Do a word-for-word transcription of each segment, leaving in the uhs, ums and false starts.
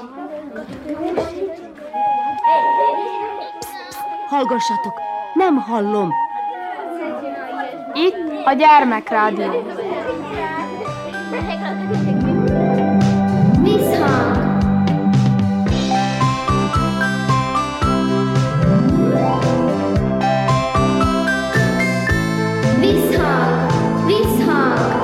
Hallgassatok, nem hallom. Itt a Gyermekrádió. Visszhang. Visszhang. Visszhang.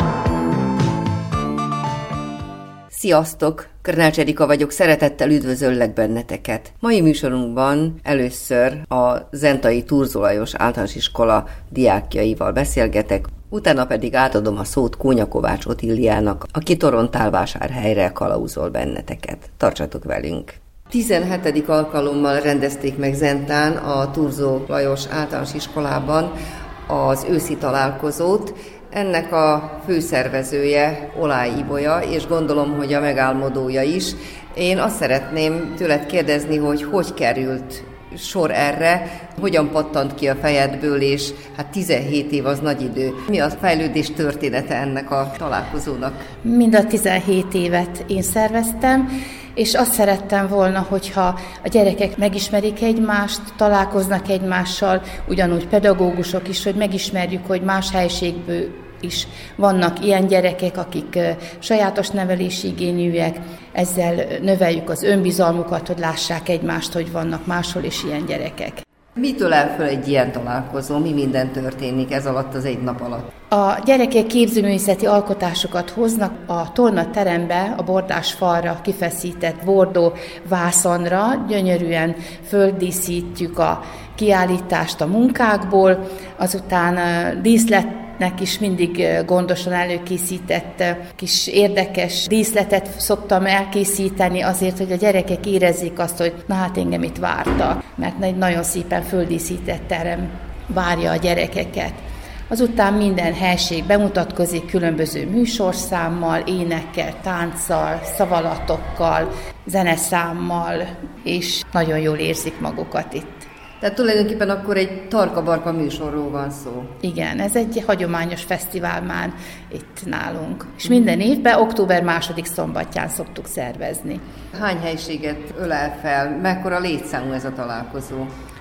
Sziasztok! Körnács Erika vagyok, szeretettel üdvözöllek benneteket. Mai műsorunkban először a Zentai Thurzó Lajos Általános Iskola diákjaival beszélgetek, utána pedig átadom a szót Kónya Kovács Otilliának, aki Torontálvásárhelyre kalauzol benneteket. Tartsatok velünk! tizenhetedik alkalommal rendezték meg Zentán a Thurzó Lajos Általános Iskolában az őszi találkozót. Ennek a főszervezője Oláh Ibolya, és gondolom, hogy a megálmodója is. Én azt szeretném tőled kérdezni, hogy hogy került sor erre, hogyan pattant ki a fejedből, és hát tizenhét év az nagy idő. Mi a fejlődés története ennek a találkozónak? Mind a tizenhét évet én szerveztem, és azt szerettem volna, hogyha a gyerekek megismerik egymást, találkoznak egymással, ugyanúgy pedagógusok is, hogy megismerjük, hogy más helységből is vannak ilyen gyerekek, akik sajátos nevelési igényűek, ezzel növeljük az önbizalmukat, hogy lássák egymást, hogy vannak máshol is ilyen gyerekek. Mitől áll föl egy ilyen találkozó? Mi minden történik ez alatt az egy nap alatt? A gyerekek képzőművészeti alkotásokat hoznak a tornaterembe, a bordás falra kifeszített bordó vászonra, gyönyörűen földíszítjük a kiállítást a munkákból, azután díszletnek is mindig gondosan előkészített kis érdekes díszletet szoktam elkészíteni azért, hogy a gyerekek érezzék azt, hogy na hát engem itt vártak, mert egy nagyon szépen földíszített terem várja a gyerekeket. Azután minden helység bemutatkozik különböző műsorszámmal, énekkel, tánccal, szavalatokkal, zeneszámmal, és nagyon jól érzik magukat itt. Tehát tulajdonképpen akkor egy tarka-barka műsorról van szó. Igen, ez egy hagyományos fesztivál már itt nálunk. És minden évben október második szombatján szoktuk szervezni. Hány helységet ölel fel? Mekkora létszámú ez a találkozó?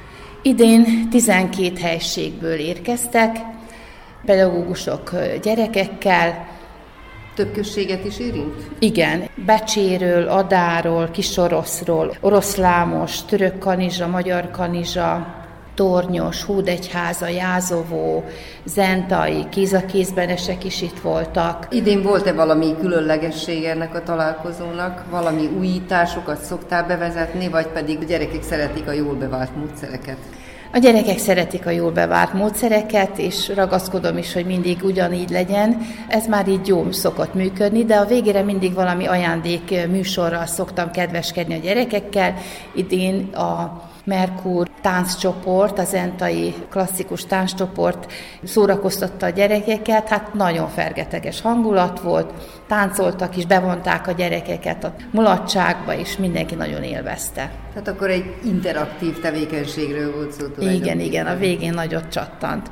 Idén tizenkét helységből érkeztek, pedagógusok gyerekekkel. Több községet is érint? Igen. Becséről, Adáról, Kisoroszról, Oroszlámos, Török Kanizsa, Magyar Kanizsa, Tornyos, Hódegyháza, Jázovó, Zentai, kéz a kézben esek is itt voltak. Idén volt-e valami különlegesség ennek a találkozónak? Valami újításokat szoktál bevezetni, vagy pedig a gyerekek szeretik a jól bevált módszereket? A gyerekek szeretik a jól bevált módszereket, és ragaszkodom is, hogy mindig ugyanígy legyen. Ez már így jól szokott működni, de a végére mindig valami ajándék műsorral szoktam kedveskedni a gyerekekkel. Idén a Merkur tánccsoport, a zentai klasszikus tánccsoport szórakoztatta a gyerekeket, hát nagyon fergeteges hangulat volt, táncoltak is, bevonták a gyerekeket a mulatságba, és mindenki nagyon élvezte. Tehát akkor egy interaktív tevékenységről volt szó. Igen, igen, a végén nagyot csattant.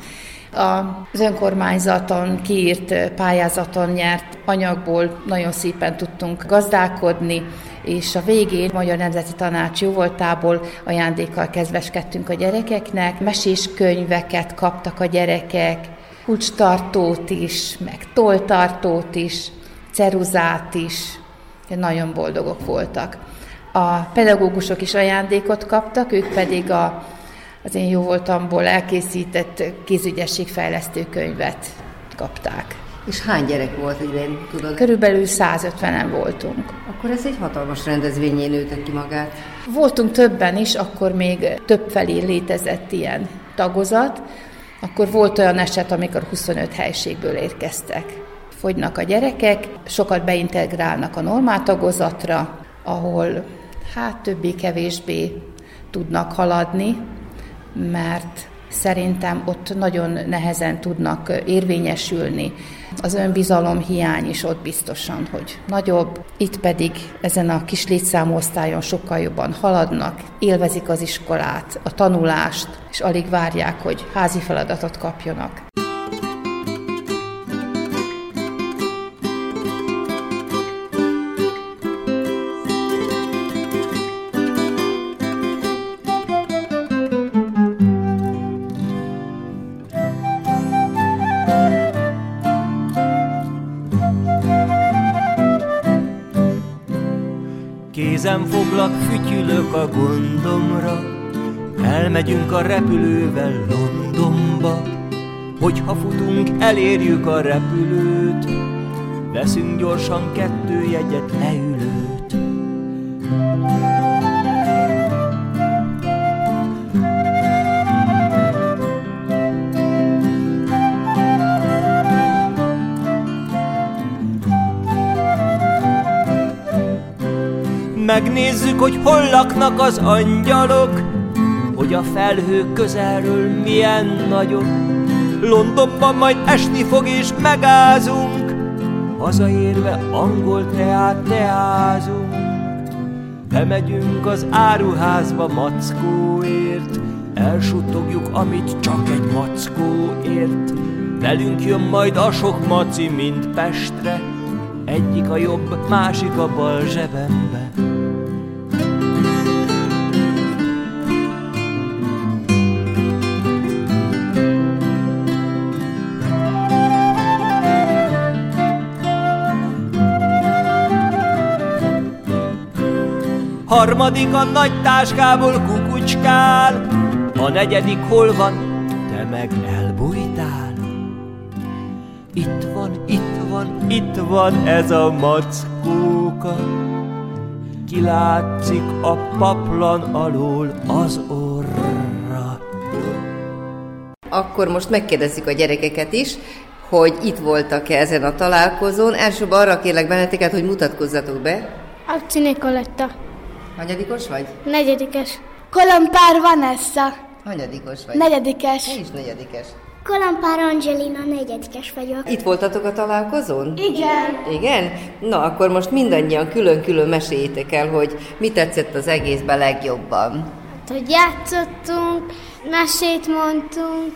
Az önkormányzaton kiírt pályázaton nyert anyagból nagyon szépen tudtunk gazdálkodni, és a végén Magyar Nemzeti Tanács jóvoltából ajándékkal kedveskedtünk a gyerekeknek, mesés könyveket kaptak a gyerekek, kulcstartót is, meg tolltartót is, ceruzát is, nagyon boldogok voltak. A pedagógusok is ajándékot kaptak, ők pedig a az én jóvoltamból elkészített kézügyességfejlesztő könyvet kapták. És hány gyerek volt idén, tudod? Körülbelül százötvenen voltunk. Akkor ez egy hatalmas rendezvényén nőtte ki magát. Voltunk többen is, akkor még többfelé létezett ilyen tagozat. Akkor volt olyan eset, amikor huszonöt helységből érkeztek. Fogynak a gyerekek, sokat beintegrálnak a normál tagozatra, ahol hát többé-kevésbé tudnak haladni, mert szerintem ott nagyon nehezen tudnak érvényesülni. Az önbizalom hiány is ott biztosan, hogy nagyobb. Itt pedig ezen a kis létszámú osztályon sokkal jobban haladnak, élvezik az iskolát, a tanulást, és alig várják, hogy házi feladatot kapjanak. Kézen foglak, fütyülök a gondomra, elmegyünk a repülővel Londonba. Hogyha futunk, elérjük a repülőt, veszünk gyorsan kettő jegyet, leülőt. Megnézzük, hogy hol laknak az angyalok, hogy a felhők közelről milyen nagyok. Londonban majd esni fog és megázunk, hazaérve angol teát teázunk. Bemegyünk az áruházba mackóért, elsuttogjuk, amit csak egy mackó ért. Velünk jön majd a sok maci, mint Pestre, egyik a jobb, másik a bal zsebembe. Harmadik a nagy táskából kukucskál, a negyedik hol van, te meg elbújtál. Itt van, itt van, itt van ez a mackóka, kilátszik a paplan alól az orra. Akkor most megkérdezzük a gyerekeket is, hogy itt voltak-e ezen a találkozón. Elsőbb arra kérlek benneteket, hogy mutatkozzatok be. Akci Nikoletta. Hanyadikos vagy? Negyedikes. Kolompár Vanessa. Hanyadikos vagy? Negyedikes. Te is negyedikes. Kolompár Angelina, negyedikes vagyok. Itt voltatok a találkozón? Igen. Igen? Na, akkor most mindannyian külön-külön meséljétek el, hogy mi tetszett az egészben legjobban. Hát, hogy játszottunk, mesét mondtunk,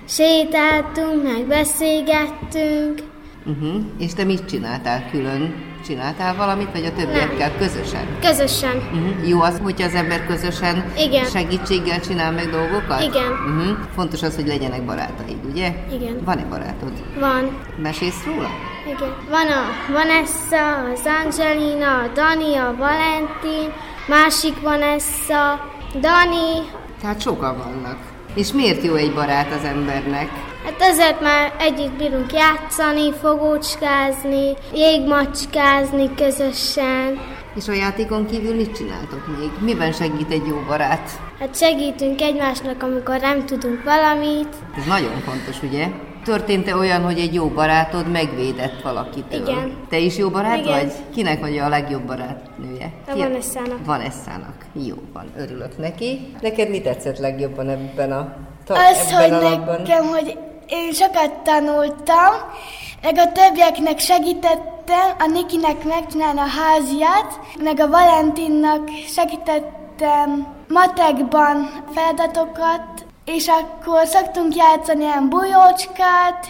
sétáltunk, meg beszélgettünk. Uh-huh. És te mit csináltál külön? Csináltál valamit, vagy a többiekkel közösen? Közösen. Uh-huh. Jó az, hogyha az ember közösen Igen. segítséggel csinál meg dolgokat? Igen. Uh-huh. Fontos az, hogy legyenek barátaid, ugye? Igen. Van-e barátod? Van. Mesélsz róla? Igen. Van a Vanessa, az Angelina, a Dani, a Valentin, másik Vanessa, Dani. Tehát sokan vannak. És miért jó egy barát az embernek? Hát ezért már együtt bírunk játszani, fogócskázni, jégmacskázni közösen. És a játékon kívül mit csináltok még? Miben segít egy jó barát? Hát segítünk egymásnak, amikor nem tudunk valamit. Ez nagyon fontos, ugye? Történt-e olyan, hogy egy jó barátod megvédett valakitől? Igen. Te is jó barát Igen. vagy? Kinek vagy a legjobb barátnője? A Vanessának. Vanessának. Jó van, örülök neki. Neked mi tetszett legjobban ebben a ta- Az, ebben hogy a lapban? nekem, hogy én sokat tanultam, meg a többieknek segítettem, a Nikinek megcsinálni a háziát, meg a Valentinnak segítettem matekban feladatokat, és akkor szoktunk játszani ilyen bujócskát,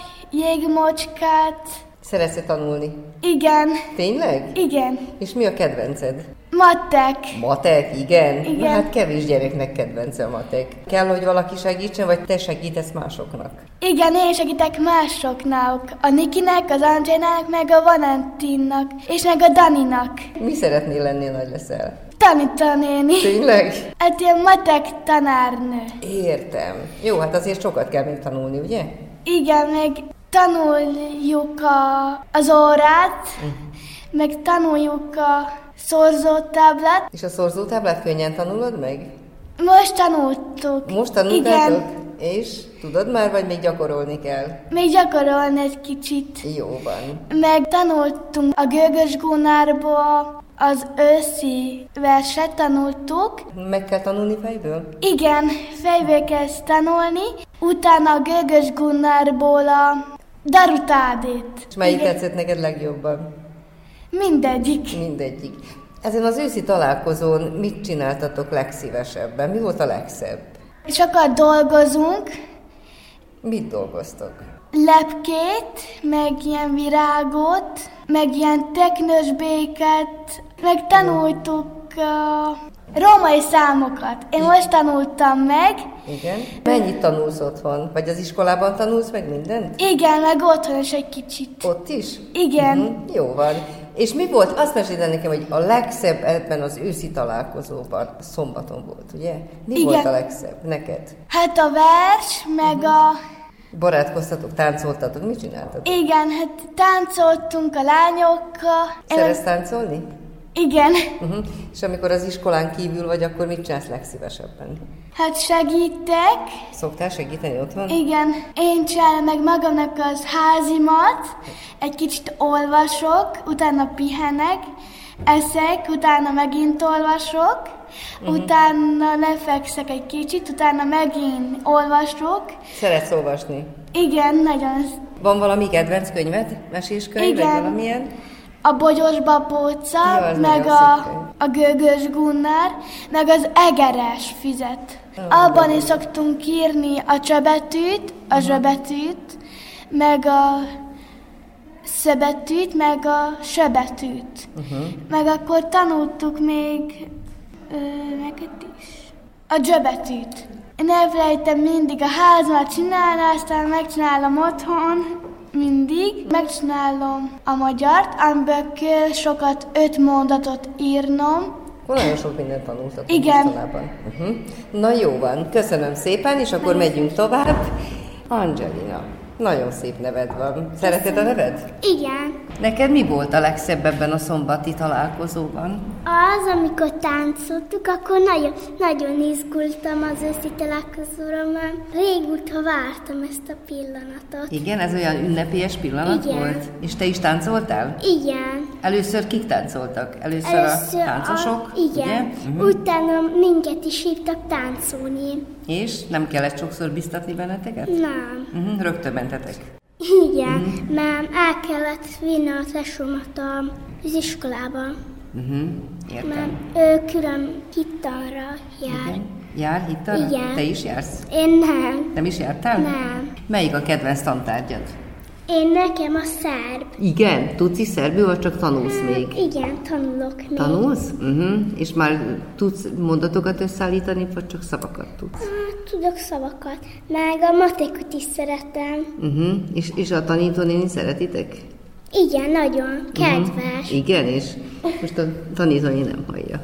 jégmocskát. Szeretsz tanulni? Igen. Tényleg? Igen. És mi a kedvenced? Matek. Matek, igen? Igen. Na hát kevés gyereknek kedvence a matek. Kell, hogy valaki segítsen, vagy te segítesz másoknak? Igen, én segítek másoknak. A Nikinek, az Angélának, meg a Valentinnak, és meg a Daninak. Mi szeretnél lenni, nagy leszel? Tanítanéni. Tényleg? Hát ilyen matek tanárnő. Értem. Jó, hát azért sokat kell még tanulni, ugye? Igen, meg tanuljuk a, az órát, uh. meg tanuljuk a szorzótáblát. És a szorzótáblát könnyen tanulod meg? Most tanultuk. Most tanultátok? Igen. És tudod már, vagy még gyakorolni kell? Még gyakorolni egy kicsit. Jó van. Meg tanultunk a Gőgös Gunárból, az őszi verset tanultuk. Meg kell tanulni fejből? Igen, fejből kell tanulni. Utána a Gőgös Gunárból a Darutádét. És melyik Igen. tetszett neked legjobban? Mindegyik. Mindegyik. Ezen az őszi találkozón mit csináltatok legszívesebben? Mi volt a legszebb? Sokat dolgozunk. Mit dolgoztok? Lepkét, meg ilyen virágot, meg ilyen teknős béket, meg tanultuk a római számokat. Én most tanultam meg. Igen. Mennyit tanulsz otthon? Vagy az iskolában tanulsz meg mindent? Igen, meg otthon is egy kicsit. Ott is? Igen. Uh-huh. Jó van. És mi volt? Azt meséld nekem, hogy a legszebb ebben az őszi találkozóban szombaton volt, ugye? Mi Igen. volt a legszebb neked? Hát a vers, meg uh-huh. a... Barátkoztatok, táncoltatok, mit csináltatok? Igen, hát táncoltunk a lányokkal. Szeretsz táncolni? Igen. Uh-huh. És amikor az iskolán kívül vagy, akkor mit csinálsz legszívesebben? Hát segítek. Szoktál segíteni otthon? Igen. Én csinálom meg magamnak az házimat, egy kicsit olvasok, utána pihenek, eszek, utána megint olvasok, uh-huh. utána lefekszek egy kicsit, utána megint olvasok. Szeretsz olvasni? Igen, nagyon. Van valami kedvenc könyved? Meséskönyv? Igen. Vagy valamilyen? A Bogyos Babóca, Jó, meg a, a Gőgös Gunnar, meg az Egeres Fizet. Oh, abban is szoktunk írni a csöbetűt, a zsöbetűt, meg a szöbetűt, meg a söbetűt. Uh-huh. Meg akkor tanultuk még ö, neked is a dzsöbetűt. Én elfelejtem mindig a házamat csinálni, aztán megcsinálom otthon, mindig. Megcsinálom a magyart, amiből kell sokat öt mondatot írnom. Nagyon sok mindent tanultatok. Igen. Uh-huh. Na jó van, köszönöm szépen, és akkor megyünk tovább. Angelina, nagyon szép neved van. Szereted a neved? Igen. Neked mi volt a legszebb ebben a szombati találkozóban? Az, amikor táncoltuk, akkor nagyon, nagyon izgultam az őszi találkozóra, mert régóta vártam ezt a pillanatot. Igen, ez olyan ünnepélyes pillanat Igen. volt? És te is táncoltál? Igen. Először kik táncoltak? Először, Először a táncosok? A, igen. Uh-huh. Utána minket is hívtak táncolni. És nem kellett sokszor biztatni benneteket? Nem. Uh-huh. Rögtön mentetek? Igen, uh-huh. mert el kellett vinni a tesómat az iskolába. Uh-huh. Értem. Mert ő külön hittanra jár. Igen. Jár hittanra? Igen. Te is jársz? Én nem. Nem is jártál? Nem. Melyik a kedvenc tantárgyad? Én nekem a szerb. Igen? Tudsz is szerbül, vagy csak tanulsz még? Igen, tanulok még. Tanulsz? Uh-huh. És már tudsz mondatokat összeállítani, vagy csak szavakat tudsz? Hát, tudok szavakat. Meg a matekot is szeretem. Uh-huh. És, és a tanítónéni szeretitek? Igen, nagyon. Kedves. Uh-huh. Igen, és most a tanítónéni nem hallja.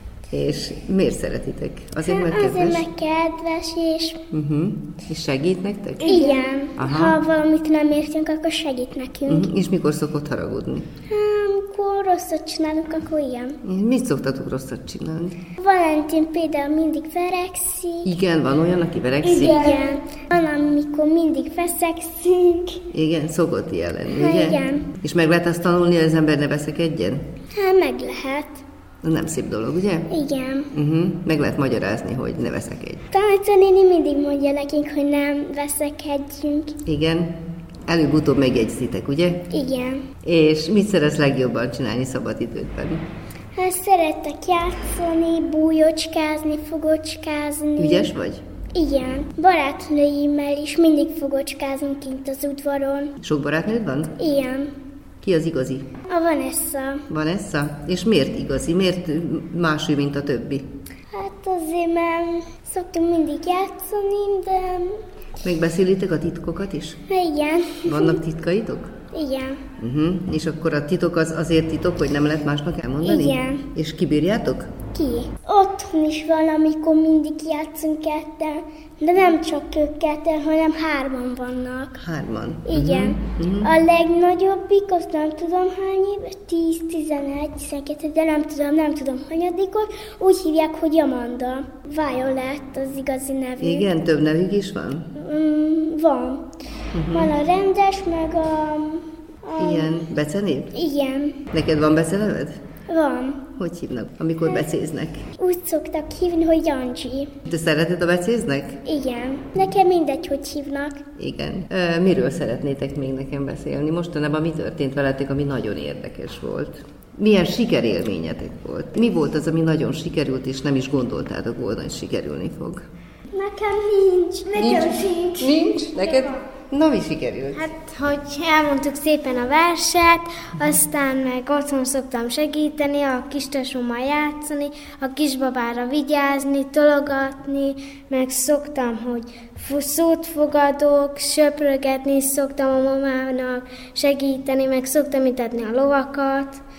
És miért szeretitek? Azért, mert kedves? Azért, mert kedves, és... Uh-huh. És segít nektek? Igen. Aha. Ha valamit nem értünk, akkor segít nekünk. Uh-huh. És mikor szokott haragudni? Amikor rosszat csinálunk, akkor ilyen. Mit szoktatok rosszat csinálni? Valentin például mindig verekszik. Igen, van olyan, aki verekszik? Igen. Van, amikor mindig veszekszünk. Igen, szokott ilyen lenni, Hát ugye? igen. És meg lehet azt tanulni, hogy az ember ne veszekedjen? Hát meg lehet. Nem szép dolog, ugye? Igen. Uh-huh. Meg lehet magyarázni, hogy ne veszekedj. Tanítónéni mindig mondja nekünk, hogy nem veszekedjünk. Igen. Előbb-utóbb megjegyzitek, ugye? Igen. És mit szeretsz legjobban csinálni szabadidődben? Hát szeretek játszani, bújócskázni, fogocskázni. Ügyes vagy? Igen. Barátnőimmel is mindig fogocskázunk kint az udvaron. Sok barátnőd van? Igen. Ki az igazi? A Vanessa. Vanessa? És miért igazi? Miért más ő, mint a többi? Hát azért, mert szoktunk mindig játszani, de... Megbeszélitek a titkokat is? Igen. Vannak titkaitok? Igen. Uh-huh. És akkor a titok az azért titok, hogy nem lehet másnak elmondani? Igen. És kibírjátok? Ki? Otthon is van, amikor mindig játszunk ketten, de nem csak ők ketten, hanem hárman vannak. Hárman? Igen. Uh-huh. A legnagyobbik, azt nem tudom hány éves, tíz, tizenegy, tizenkettő, de nem tudom, nem tudom hanyadikot, úgy hívják, hogy Amanda. Violet az igazi nevű. Igen, több nevük is van? Mm, van. Uh-huh. Van a rendes, meg a... a... Ilyen becenév? Igen. Neked van beceneved? Van. Hogy hívnak, amikor becéznek? Úgy szoktak hívni, hogy Jancsi. Te szereted a becéznek? Igen. Nekem mindegy, hogy hívnak. Igen. E, miről szeretnétek még nekem beszélni? Mostanában mi történt veletek, ami nagyon érdekes volt? Milyen sikerélményetek volt? Mi volt az, ami nagyon sikerült, és nem is gondoltátok volna, hogy sikerülni fog? Nekem nincs. Nekem nincs. sincs. Nincs? Neked? Na, mi sikerült? Hát, hogy elmondtuk szépen a verset, aztán meg otthon szoktam segíteni, a kistesómmal játszani, a kisbabára vigyázni, tologatni, meg szoktam, hogy szót fogadok, söprögetni szoktam a mamának, segíteni, meg szoktam itatni a lovakat.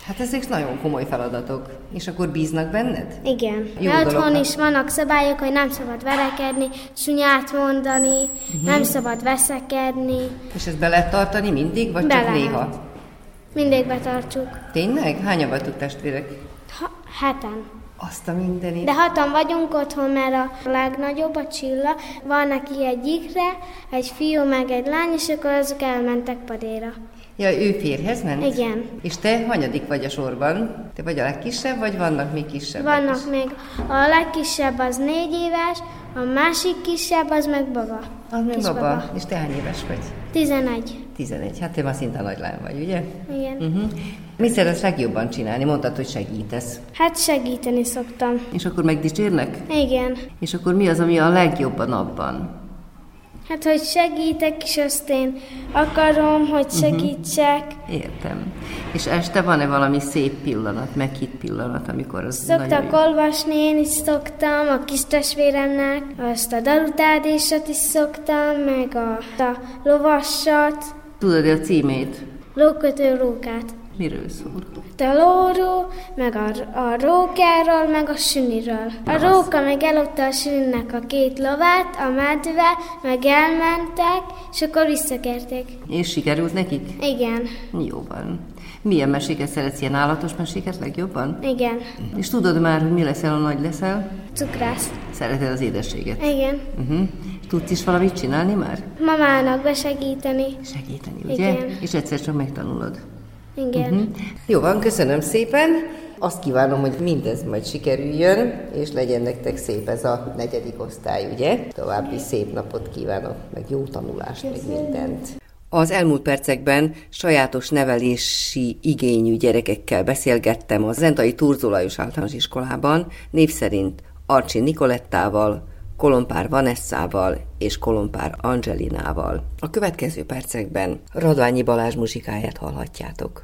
Hát ezek nagyon komoly feladatok. És akkor bíznak benned? Igen. Jó Otthon dolog. is vannak szabályok, hogy nem szabad verekedni, csúnyát mondani, uh-huh. nem szabad veszekedni. És ezt be lehet tartani mindig, vagy Be csak lehet. néha? Mindig betartsuk. Tényleg? Hányan vagytok testvérek? Ha, heten. Azt a mindenit. De hatan vagyunk otthon, mert a legnagyobb a Csilla. Van neki egy ikre, egy fiú, meg egy lány, és akkor azok elmentek padéra. Ja, ő férjhez ment? Igen. És te hanyadik vagy a sorban? Te vagy a legkisebb, vagy vannak még kisebbek Vannak is? még, a legkisebb az négy éves, a másik kisebb az meg baba. Az még Kis baba. baba. És te hány éves vagy? Tizenegy. Tizenegy. Hát te már szinte nagy lány vagy, ugye? Igen. Uh-huh. Mit szeretsz legjobban csinálni? Mondtad, hogy segítesz. Hát segíteni szoktam. És akkor megdicsérnek? Igen. És akkor mi az, ami a legjobb a napban? Hát, hogy segítek, és azt én akarom, hogy segítsek. Uh-huh. Értem. És este van-e valami szép pillanat, meghitt pillanat, amikor az Szoktak nagyon jó? olvasni, én is szoktam, a kis testvéremnek, azt a dalutádésat is szoktam, meg a, a lovassat, Tudod-e a címét? lókötő rókát. Miről szól? A lóról, meg a, a rókáról, meg a süniről. A róka meg elopta a süninek a két lovát, a medve, meg elmentek, és akkor visszakérték. És sikerült nekik? Igen, Jó van. Milyen meséket szeretsz, ilyen állatos meséket legjobban? igen. És tudod már, hogy mi leszel, ha nagy leszel? Cukrász. Szereted az édességet? Igen. Uh-huh. Tudsz is valamit csinálni már? Mamának besegíteni. Segíteni, ugye? Igen. És egyszer csak megtanulod. Igen. Uh-huh. Jó van, köszönöm szépen. Azt kívánom, hogy mindez majd sikerüljön, és legyen nektek szép ez a negyedik osztály, ugye? További szép napot kívánok, meg jó tanulást, meg mindent. Az elmúlt percekben sajátos nevelési igényű gyerekekkel beszélgettem a zentai Thurzó Lajos Általános Iskolában, név szerint Arcsi Nikolettával, Kolompár Vanessával és Kolompár Angelinával. A következő percekben Radványi Balázs muzsikáját hallhatjátok.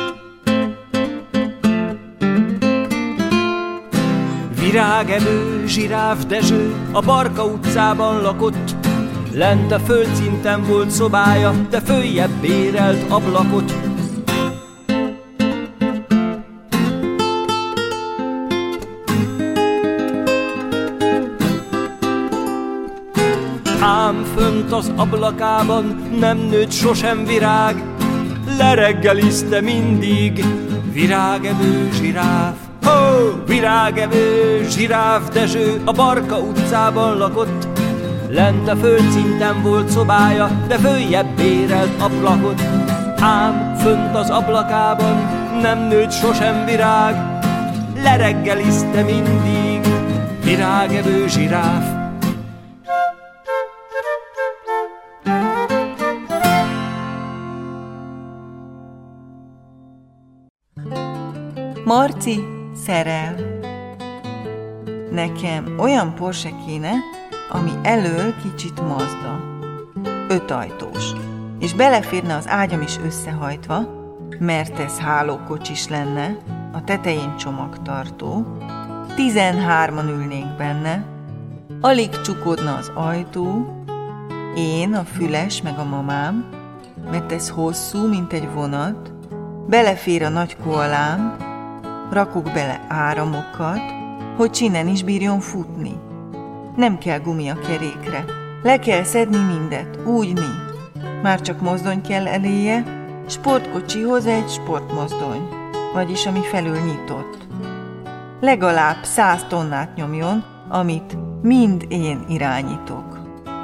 Virágevő, Zsiráf Dezső a Barka utcában lakott, lent a földszinten volt szobája, de följebb bérelt ablakot. Ám fönt az ablakában nem nőtt sosem virág, lereggelizte mindig virágevő zsiráf. Ho! Virágevő Zsiráf Dezső a Barka utcában lakott, lent a földszinten volt szobája, de följebb bérelt ablakot. Ám fönt az ablakában nem nőtt sosem virág, lereggelizte mindig virágevő zsiráf. Marci szerel. Nekem olyan Porsche kéne, ami elől kicsit Mazda. Öt ajtós. És beleférne az ágyam is összehajtva, mert ez hálókocsis lenne, a tetején csomagtartó. Tizenhárman ülnénk benne, alig csukódna az ajtó, én, a Füles meg a mamám, mert ez hosszú, mint egy vonat, belefér a nagy koalám, rakok bele áramokat, hogy csinen is bírjon futni. Nem kell gumi a kerékre, le kell szedni mindet, úgyni. Már csak mozdony kell eléje, sportkocsihoz egy sportmozdony, vagyis ami felül nyitott. Legalább száz tonnát nyomjon, amit mind én irányítok.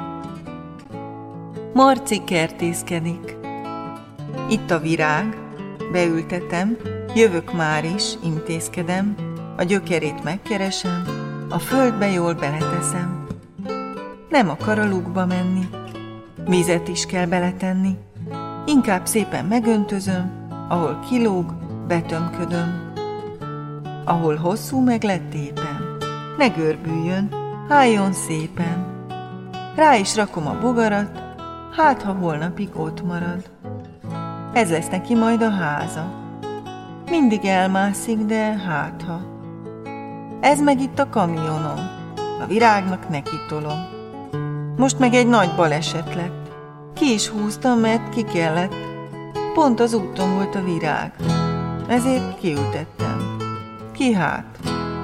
Marci kertészkedik. Itt a virág, beültetem, jövök már is, intézkedem, a gyökerét megkeresem, a földbe jól beleteszem. Nem akar a lukba menni, vizet is kell beletenni, inkább szépen megöntözöm, ahol kilóg, betömködöm. Ahol hosszú, meg lett éppen, ne görbüljön, álljon szépen. Rá is rakom a bogarat, hát ha holnapig ott marad. Ez lesz neki majd a háza. Mindig elmászik, de hát ha. Ez meg itt a kamionom, a virágnak nekitolom. Most meg egy nagy baleset lett. Ki is húztam, mert ki kellett. Pont az úton volt a virág. ezért kiültettem. Ki hát?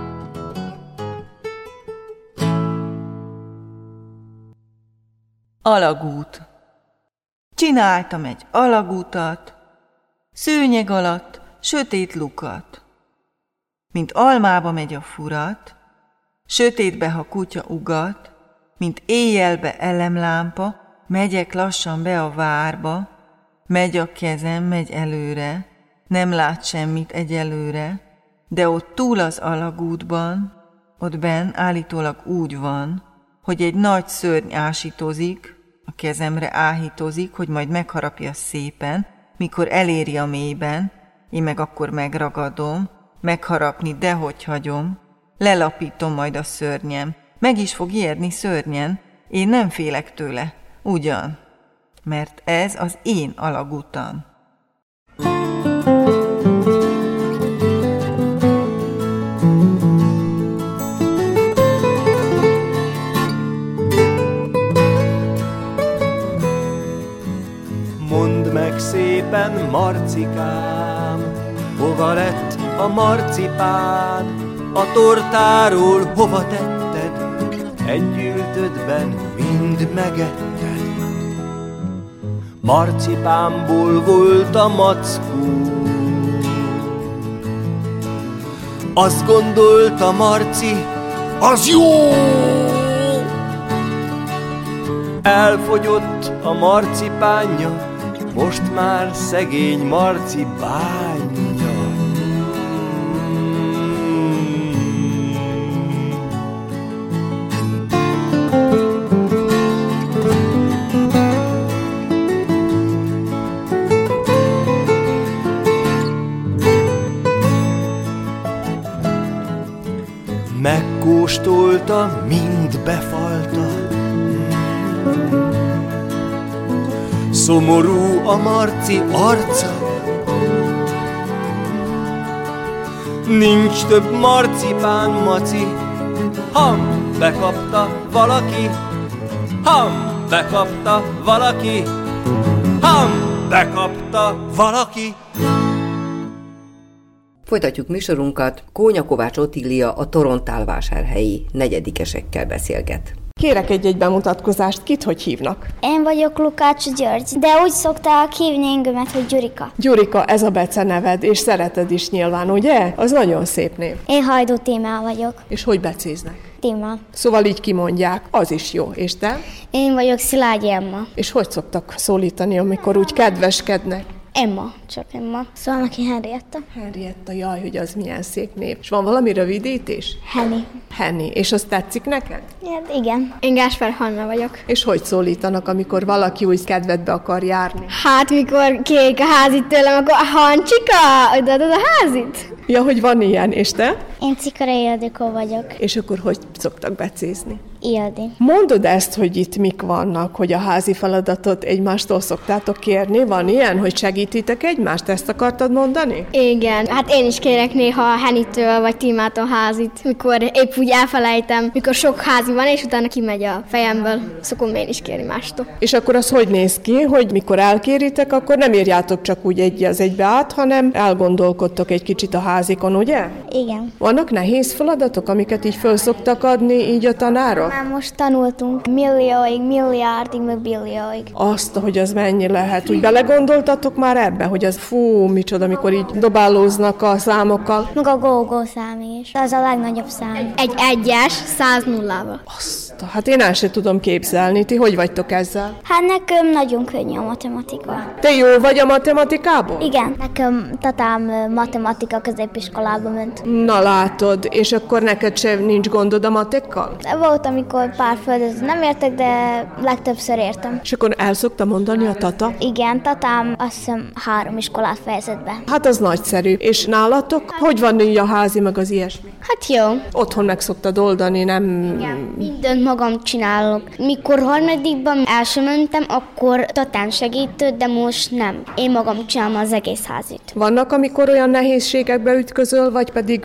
Alagút. Csináltam egy alagútat, szőnyeg alatt sötét lukat. Mint almába megy a furat, sötétbe, ha kutya ugat, mint éjjelbe elemlámpa, megyek lassan be a várba, megy a kezem, megy előre, nem lát semmit egyelőre, de ott túl az alagútban, ott benn állítólag úgy van, hogy egy nagy szörny ásítozik, a kezemre áhítozik, hogy majd megharapja szépen, mikor eléri a mélyben, én meg akkor megragadom, megharapni, dehogy hagyom, lelapítom majd a szörnyem, meg is fog ijedni szörnyen, én nem félek tőle, ugyan, mert ez az én alagútam. Mondd meg szépen, Marcikám, hova lett a marcipán? A tortáról hova tetted? Egy ültödben mind megetted. Marcipánból volt a mackó, azt gondolta Marci, az jó! Elfogyott a marcipánja, most már szegény Marci bánja. Megkóstolta, mind befalta. Szomorú a Marci arca, nincs több marcipán, maci. Ham, bekapta valaki, ham, bekapta valaki, ham, bekapta valaki. Folytatjuk műsorunkat, Kónya Kovács Otília a torontálvásárhelyi negyedikesekkel beszélget. Kérek egy-egy bemutatkozást, kit hogy hívnak? Én vagyok Lukács György, de úgy szokták hívni engem, hogy Gyurika. Gyurika, ez a beceneved, és szereted is nyilván, ugye? Az nagyon szép név. Én Hajdú Tímea vagyok. És hogy becéznek? Tímea. Szóval így kimondják, az is jó. És te? Én vagyok Szilágyi Emma. És hogy szoktak szólítani, amikor úgy kedveskednek? Emma, csak Emma. Szóval neki Henrietta. Henrietta, jaj, hogy az milyen szép név. És van valami rövidítés? Henny. Henny. És az tetszik neked? Hát igen. Én Gáspár Hanna vagyok. És hogy szólítanak, amikor valaki úgy kedvedbe akar járni? Hát, mikor kérik a házit tőlem, akkor Hancsika, odaadod a házit? Ja, hogy van ilyen. És te? Én Cikora Ildikó vagyok. És akkor hogy szoktak becézni? Ildi. Mondod ezt, hogy itt mik vannak, hogy a házi feladatot egymástól szoktátok kérni? Van ilyen, hogy segítitek egymást? Ezt akartad mondani? Igen. Hát én is kérek néha Henitől vagy Tímától házit, mikor épp úgy elfelejtem, mikor sok házi van, és utána kimegy a fejemből. Szokom én is kérni mástól. És akkor az hogy néz ki, hogy mikor elkéritek, akkor nem írjátok csak úgy egy az egybe át, hanem elgondolkodtok egy kicsit a házikon, ugye? Igen. Vannak nehéz feladatok, amiket így föl szoktak adni így a tanárok? Már most tanultunk millióig, milliárdig, meg billióig. Azt, hogy az mennyi lehet. Úgy belegondoltatok már ebbe, hogy az fú, micsoda, amikor így dobálóznak a számokkal? Meg a go-go szám is. Az a legnagyobb szám. Egy egyes, száz nullával. Azt, hát én el sem tudom képzelni. Ti hogy vagytok ezzel? Hát nekem nagyon könnyű a matematika. Te jó vagy a matematikában? Igen. Nekem tatám matematika középiskolába ment. Na látod, és akkor neked sem nincs gondod a matekkal? De volt, amikor pár földet nem értek, de legtöbbször értem. És akkor el szokta mondani a tata? Igen, tatám azt hiszem három iskolát fejezett be. Hát az nagyszerű. És nálatok? Hogy van így a házi, meg az ilyesmi? Hát jó. Otthon meg szoktad oldani, nem... Igen, mindent magam csinálok. Mikor harmadikban első mentem, akkor tatám segített, de most nem. Én magam csinálom az egész házit. Vannak, amikor olyan nehézségekbe ütközöl, vagy pedig mind olyan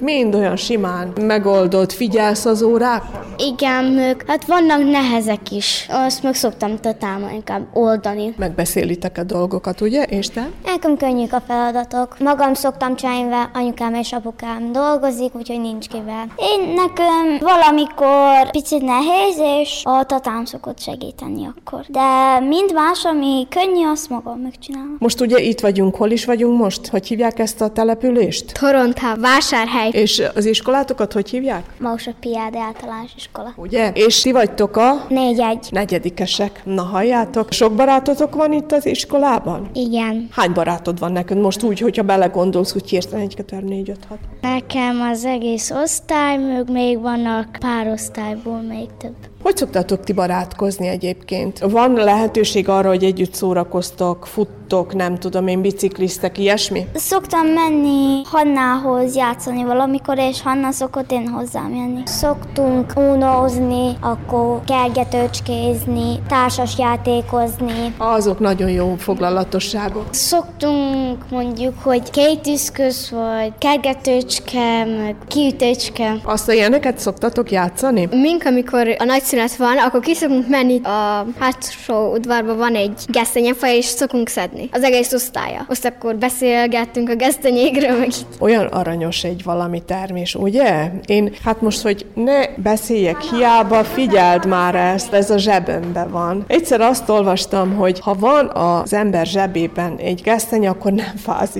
olyan simán megoldott, figyelsz az órákon? Igen, meg, hát vannak nehezek is. Azt meg szoktam totálban inkább oldani. Megbeszélitek a dolgokat, ugye? És te? Nekem könnyűk a feladatok. Magam szoktam csinálni, anyukám és apukám dolgozik, úgyhogy nincs kivel. Én nekem valamikor picit nehéz, és a tatám szokott segíteni akkor. De mind más, ami könnyű, azt magam megcsinálom. Most ugye itt vagyunk, hol is vagyunk most? Hogy hívják ezt a települést? Torontál, vásárhely. És az iskolátokat hogy hívják? Mausa Piáde általános iskola. Ugye? És ti vagytok a? Négy-egy. Negyedikesek. Na halljátok, sok barátotok van itt az iskolában? Igen. Hány barátod van neked most úgy, hogyha belegondolsz, úgy hirtelen egy, kettő, négy, öt, hat? Nekem az egész osztály, még, még vannak pár osztályból még több. Hogy szoktatok ti barátkozni egyébként? Van lehetőség arra, hogy együtt szórakoztok, futtok, nem tudom én, bicikliztek, ilyesmi? Szoktam menni Hannához játszani valamikor, és Hanna szokott én hozzám jönni. Szoktunk unózni, akkor kergetőcskézni, társas játékozni. Azok nagyon jó foglalatosságok. Szoktunk mondjuk, hogy két üszköz, vagy kergetőcske, meg kiütőcske. Azt a ilyeneket szoktatok játszani? Mink, amikor a nagy szünet van, akkor ki szokunk menni a hátsó udvarba, van egy gesztenyefa, és szokunk szedni. Az egész osztálya. Azt akkor beszélgettünk a gesztenyékről, meg itt. Olyan aranyos egy valami termés, ugye? Én, hát most, hogy ne beszéljek hiába, figyeld már ezt, ez a zsebemben van. Egyszer azt olvastam, hogy ha van az ember zsebében egy gesztenye, akkor nem fázik.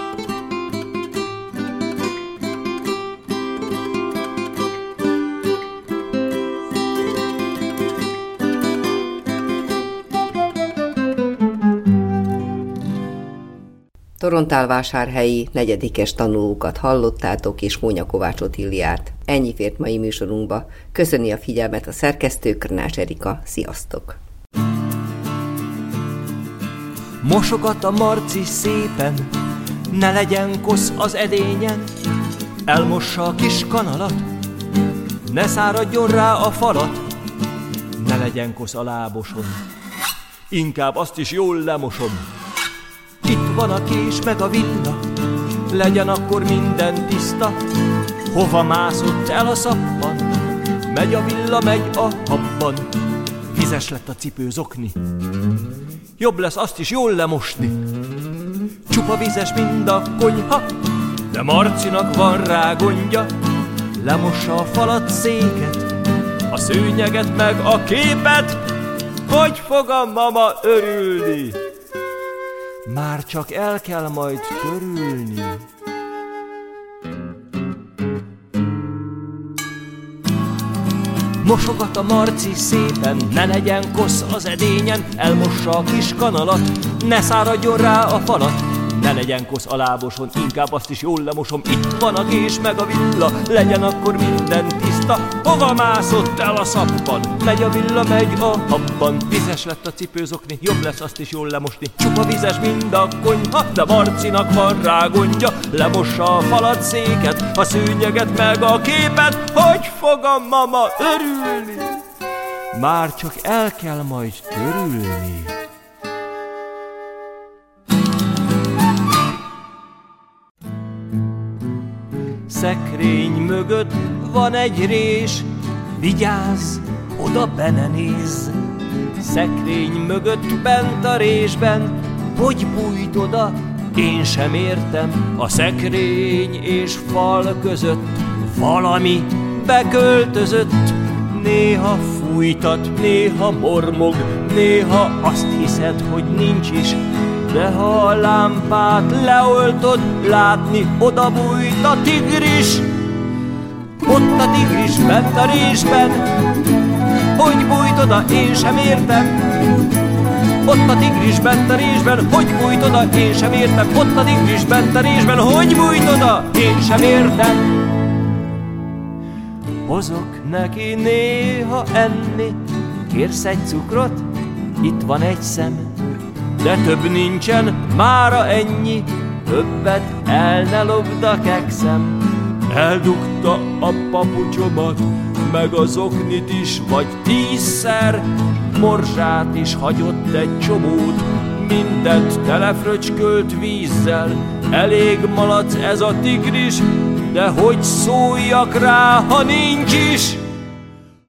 Torontálvásárhelyi negyedikes tanulókat hallottátok, és Mónya Kovács Otilliát. Ennyi fért mai műsorunkba. Köszöni a figyelmet a szerkesztő, Körnács Erika. Sziasztok! Mosogat a Marci szépen, ne legyen kosz az edényen, elmossa a kis kanalat, ne száradjon rá a falat, ne legyen kosz a láboson, inkább azt is jól lemosom. Itt van a kés meg a villa, legyen akkor minden tiszta. Hova mászott el a szappan, megy a villa, megy a habban. Vizes lett a cipőzokni, jobb lesz azt is jól lemosni. Csupa vizes mind a konyha, de Marcinak van rá gondja. Lemossa a falat, széket, a szőnyeget meg a képet. Hogy fog a mama örülni? Már csak el kell majd törülni. Mosogat a Marci szépen, ne legyen kosz az edényen, elmossa a kis kanalat, ne száradjon rá a falat, ne legyen kosz a láboson, inkább azt is jól lemosom. Itt van a kés meg a villa, legyen akkor minden tiszta. Hova mászott el a szappan, megy a villa, megy a habban. Vizes lett a cipőzokni, jobb lesz azt is jól lemosni. Csupa vizes mind a konyha, de Marcinak van rá gondja. Lemossa a falat, széket, a szőnyeget meg a képet. Hogy fog a mama örülni? Már csak el kell majd törülni. Szekrény mögött van egy rés, vigyázz, oda benne nézz. Szekrény mögött bent a résben, hogy bújt oda, én sem értem. A szekrény és fal között valami beköltözött. Néha fújtat, néha mormog, néha azt hiszed, hogy nincs is. De ha a lámpát leoltod, látni oda bújt a tigris. Ott a tigris bent a résben, hogy bújt oda, én sem értem. Ott a tigris bent a résben, hogy bújt oda, én sem értem. Ott a tigris bent a résben, hogy bújt oda, én sem értem. Hozok neki néha enni, kérsz egy cukrot? Itt van egy szem. De több nincsen, mára ennyi, többet el ne lopd a kekszem. Eldugta a papucsomat, meg az oknit is, vagy tízszer. Morzsát is hagyott egy csomót, mindent telefröcskölt vízzel. Elég malac ez a tigris, de hogy szóljak rá, ha nincs is?